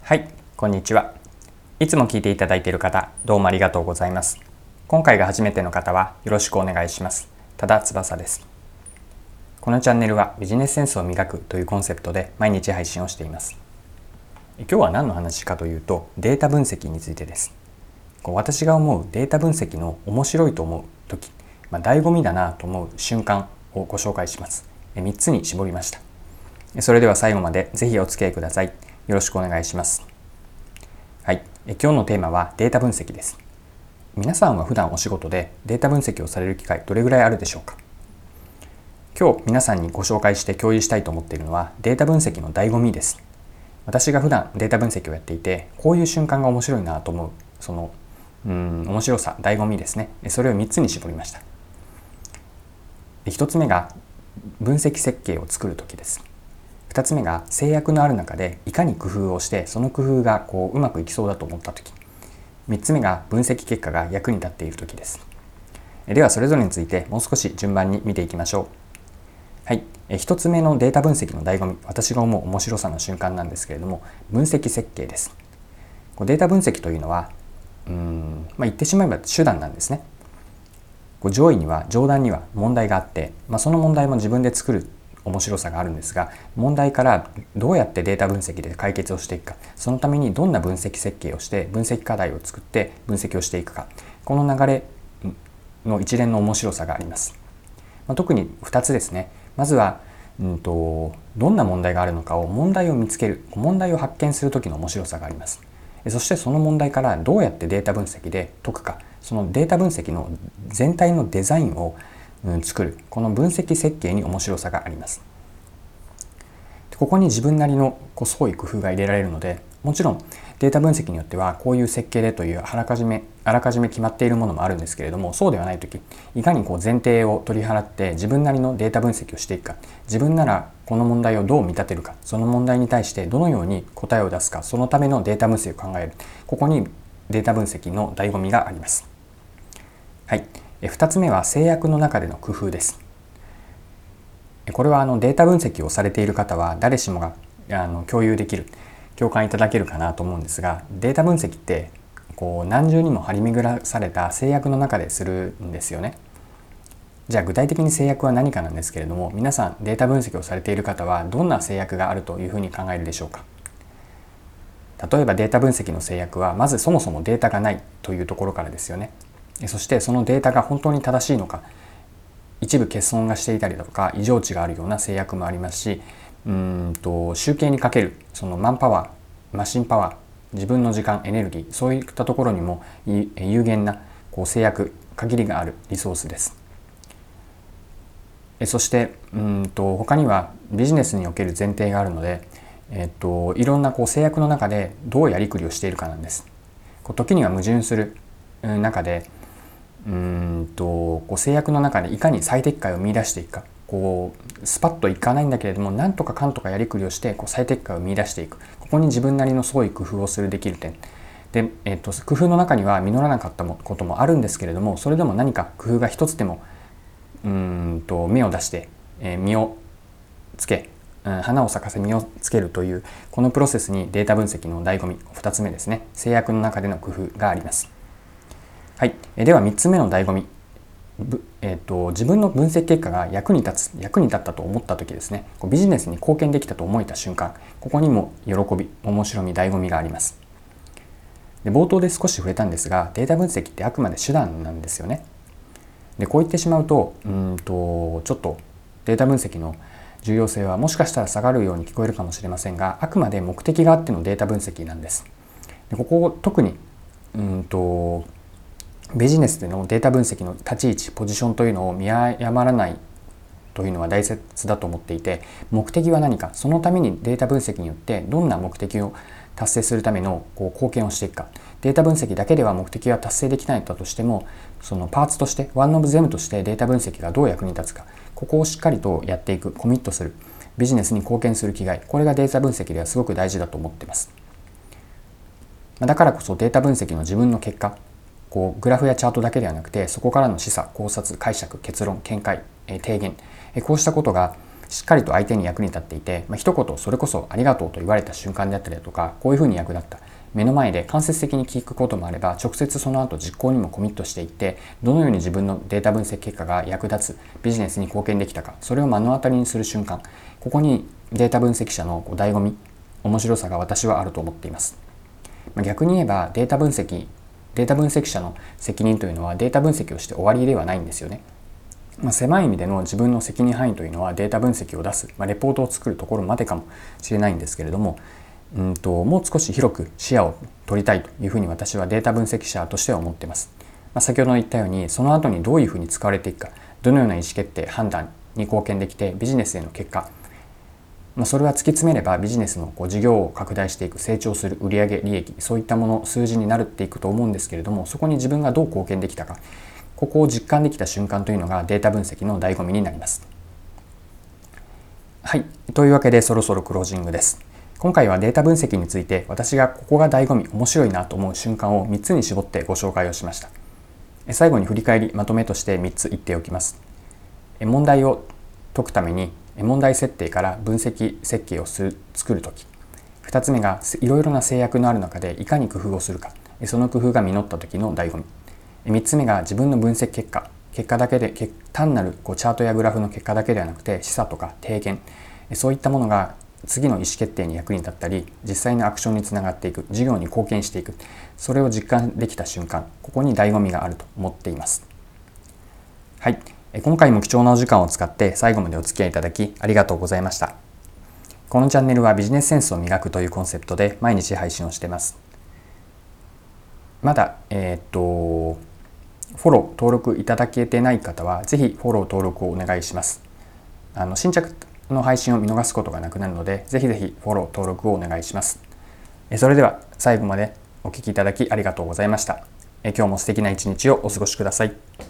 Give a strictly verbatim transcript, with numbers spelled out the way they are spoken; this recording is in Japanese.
はい、こんにちは。いつも聞いていただいている方、どうもありがとうございます。今回が初めての方はよろしくお願いします。多田翼です。このチャンネルはビジネスセンスを磨くというコンセプトで毎日配信をしています。今日は何の話かというと、データ分析についてです。私が思うデータ分析の面白いと思う時、まあ、醍醐味だなと思う瞬間をご紹介します。みっつに絞りました。それでは最後までぜひお付き合いください。よろしくお願いします。はい、え今日のテーマはデータ分析です。皆さんは普段お仕事でデータ分析をされる機会どれぐらいあるでしょうか。今日皆さんにご紹介して共有したいと思っているのはデータ分析の醍醐味です。私が普段データ分析をやっていて、こういう瞬間が面白いなと思うそのうーん面白さ、醍醐味ですね。それをみっつに絞りました。ひとつめが分析設計を作るときです。ふたつめが制約のある中でいかに工夫をしてその工夫がこううまくいきそうだと思ったとき。みっつめが分析結果が役に立っているときです。ではそれぞれについてもう少し順番に見ていきましょう。はい、ひとつめのデータ分析の醍醐味、私が思う面白さの瞬間なんですけれども、分析設計です。データ分析というのはうーん、まあ、言ってしまえば手段なんですね。上位には上段には問題があって、まあ、その問題も自分で作る面白さがあるんですが、問題からどうやってデータ分析で解決をしていくか、そのためにどんな分析設計をして分析課題を作って分析をしていくか、この流れの一連の面白さがあります。まあ、特にふたつですね。まずは、うんと、どんな問題があるのかを問題を見つける、問題を発見する時の面白さがあります。そしてその問題からどうやってデータ分析で解くか、そのデータ分析の全体のデザインを作る、この分析設計に面白さがあります。ここに自分なりのこう創意工夫が入れられるので、もちろんデータ分析によってはこういう設計でというあらかじめあらかじめ決まっているものもあるんですけれども、そうではないとき、いかにこう前提を取り払って自分なりのデータ分析をしていくか、自分ならこの問題をどう見立てるか、その問題に対してどのように答えを出すか、そのためのデータ分析を考える、ここにデータ分析の醍醐味があります。はい、ふたつめは制約の中での工夫です。これはあのデータ分析をされている方は誰しもがあの共有できる、共感いただけるかなと思うんですが、データ分析ってこう何重にも張り巡らされた制約の中でするんですよね。じゃあ具体的に制約は何かなんですけれども、皆さんデータ分析をされている方はどんな制約があるというふうに考えるでしょうか。例えばデータ分析の制約は、まずそもそもデータがないというところからですよね。そしてそのデータが本当に正しいのか、一部欠損がしていたりだとか異常値があるような制約もありますし、うーんと集計にかけるそのマンパワー、マシンパワー、自分の時間、エネルギー、そういったところにも有限なこう制約、限りがあるリソースです。そしてうんと他にはビジネスにおける前提があるので、えっと、いろんなこう制約の中でどうやりくりをしているかなんです。こう時には矛盾する中でうーんとこう制約の中でいかに最適解を見出していくか、こうスパッといかないんだけれども、なんとかかんとかやりくりをしてこう最適解を見出していく、ここに自分なりの創意工夫をするできる点で、えっと、工夫の中には実らなかったこともあるんですけれども、それでも何か工夫が一つでもうーんと芽を出して、えー、実をつけ、うん、花を咲かせ実をつけるというこのプロセスにデータ分析の醍醐味、ふたつめですね、制約の中での工夫があります。はい、ではみっつめの醍醐味、えー、と自分の分析結果が役に立つ役に立ったと思った時ですね、ビジネスに貢献できたと思えた瞬間、ここにも喜び、面白み、醍醐味があります。で冒頭で少し触れたんですが、データ分析ってあくまで手段なんですよね。でこう言ってしまうとうんとちょっとデータ分析の重要性はもしかしたら下がるように聞こえるかもしれませんが、あくまで目的があってのデータ分析なんです。でここを特にうんとビジネスでのデータ分析の立ち位置、ポジションというのを見誤らないというのは大切だと思っていて、目的は何か、そのためにデータ分析によってどんな目的を達成するためのこう貢献をしていくか。データ分析だけでは目的は達成できないんだとしても、そのパーツとしてワンオブゼムとしてデータ分析がどう役に立つか、ここをしっかりとやっていく、コミットする、ビジネスに貢献する気概、これがデータ分析ではすごく大事だと思っています。だからこそデータ分析の自分の結果、こうグラフやチャートだけではなくて、そこからの示唆、考察、解釈、結論、見解、提言、こうしたことがしっかりと相手に役に立っていて、まあ、一言それこそありがとうと言われた瞬間であったりだとか、こういうふうに役立った、目の前で間接的に聞くこともあれば、直接その後実行にもコミットしていって、どのように自分のデータ分析結果が役立つ、ビジネスに貢献できたか、それを目の当たりにする瞬間、ここにデータ分析者の醍醐味、面白さが私はあると思っています。逆に言えばデータ分析、データ分析者の責任というのはデータ分析をして終わりではないんですよね。まあ、狭い意味での自分の責任範囲というのはデータ分析を出す、まあ、レポートを作るところまでかもしれないんですけれども、うんともう少し広く視野を取りたいというふうに私はデータ分析者としては思っています。まあ、先ほど言ったようにその後にどういうふうに使われていくか、どのような意思決定、判断に貢献できてビジネスへの結果、まあ、それは突き詰めればビジネスのこう事業を拡大していく、成長する、売上利益、そういったもの、数字になるっていくと思うんですけれども、そこに自分がどう貢献できたか、ここを実感できた瞬間というのがデータ分析の醍醐味になります。はい、というわけでそろそろクロージングです。今回はデータ分析について私がここが醍醐味、面白いなと思う瞬間をみっつに絞ってご紹介をしました。最後に振り返り、まとめとしてみっつ言っておきます。問題を解くために問題設定から分析設計をする作るとき、ふたつめがいろいろな制約のある中でいかに工夫をするか、その工夫が実った時の醍醐味。みっつめが自分の分析結果、結果だけで単なるこうチャートやグラフの結果だけではなくて示唆とか提言、そういったものが次の意思決定に役に立ったり、実際のアクションにつながっていく、事業に貢献していく、それを実感できた瞬間、ここに醍醐味があると思っています。はい、今回も貴重なお時間を使って最後までお付き合いいただきありがとうございました。このチャンネルはビジネスセンスを磨くというコンセプトで毎日配信をしています。まだ、えー、っとフォロー登録いただけてない方はぜひフォロー登録をお願いします。あの新着の配信を見逃すことがなくなるので、ぜひぜひフォロー登録をお願いします。それでは最後までお聞きいただきありがとうございました。今日も素敵な一日をお過ごしください。